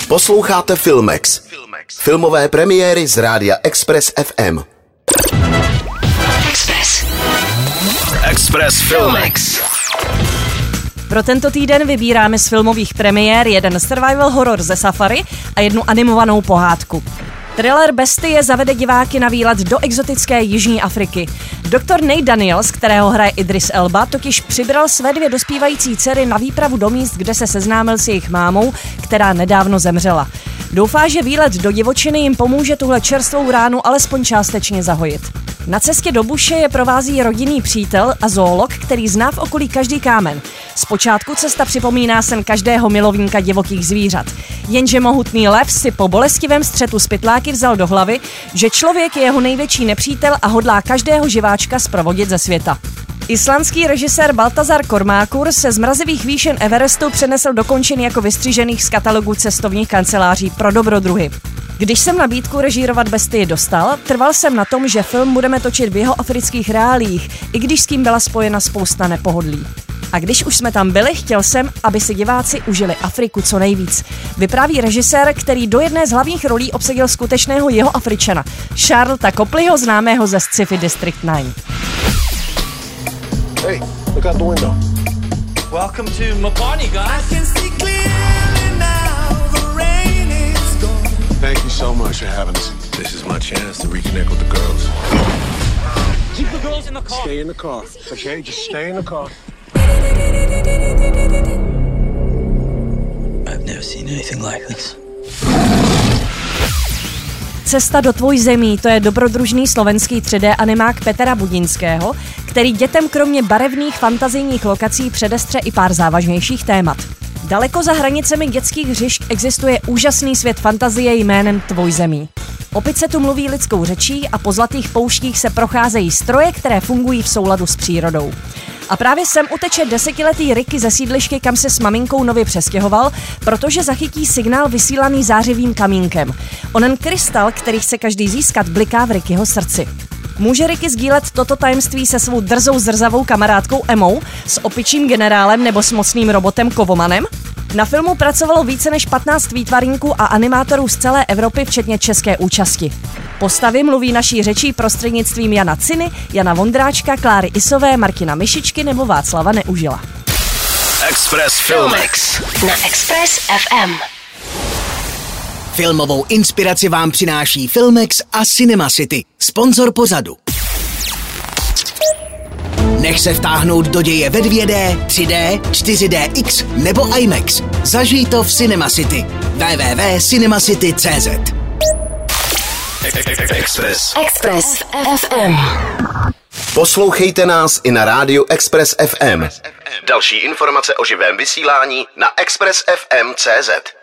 Posloucháte Filmex. Filmové premiéry z rádia Express FM. Express Filmex. Pro tento týden vybíráme z filmových premiér jeden survival horror ze Safari a jednu animovanou pohádku. Thriller Bestie zavede diváky na výlet do exotické Jižní Afriky. Doktor Nate Daniels, kterého hraje Idris Elba, totiž přibral své 2 dospívající dcery na výpravu do míst, kde se seznámil s jejich mámou, která nedávno zemřela. Doufá, že výlet do divočiny jim pomůže tuhle čerstvou ránu alespoň částečně zahojit. Na cestě do buše je provází rodinný přítel a zoolog, který zná v okolí každý kámen. Zpočátku cesta připomíná sen každého milovníka divokých zvířat. Jenže mohutný lev si po bolestivém střetu s pytláky vzal do hlavy, že člověk je jeho největší nepřítel a hodlá každého živáčka zprovodit ze světa. Islandský režisér Baltazar Kormákur se z mrazivých výšin Everestu přenesl do končin jako vystřížených z katalogu cestovních kanceláří pro dobrodruhy. Když jsem nabídku režírovat Bestii dostal, trval jsem na tom, že film budeme točit v jeho afrických reáliích, i když s tím byla spojena spousta nepohodlí. A když už jsme tam byli, chtěl jsem, aby si diváci užili Afriku co nejvíc. Vypráví režisér, který do jedné z hlavních rolí obsadil skutečného Jihoafričana, Charlesa Copleyho, známého ze sci-fi District 9. Hey, look out the window. Welcome to Mopani, guys. I can see clearly now, the rain is gone. Thank you so much for having us. This is my chance to reconnect with the girls. Keep the girls in the car. Stay in the car, okay? Just stay in the car. I've never seen anything like this. Cesta do tvoj zemí, to je dobrodružný slovenský 3D animák Petra Budinského, který dětem kromě barevných fantazijních lokací předestře i pár závažnějších témat. Daleko za hranicemi dětských hřišť existuje úžasný svět fantazie jménem Tvoj zemí. Opice tu mluví lidskou řečí a po zlatých pouštích se procházejí stroje, které fungují v souladu s přírodou. A právě sem uteče 10letý Ricky ze sídliště, kam se s maminkou nově přestěhoval, protože zachytí signál vysílaný zářivým kamínkem. Onen krystal, který chce každý získat, bliká v Rickyho srdci. Může Ricky sdílet toto tajemství se svou drzou zrzavou kamarádkou Emou, s opičím generálem nebo s mocným robotem Kovomanem? Na filmu pracovalo více než 15 výtvarníků a animátorů z celé Evropy, včetně české účasti. Postavy mluví naší řečí prostřednictvím Jana Ciny, Jana Vondráčka, Kláry Isové, Martina Myšičky nebo Václava Neužila. Express Filmex na Express FM. Filmovou inspiraci vám přináší Filmex a Cinema City, sponzor pořadu. Nech se vtáhnout do děje ve 2D, 3D, 4DX nebo IMAX. Zažij to v Cinema City. www.cinemacity.cz. Express FM. Poslouchejte nás i na rádiu Express FM. Další informace o živém vysílání na expressfm.cz.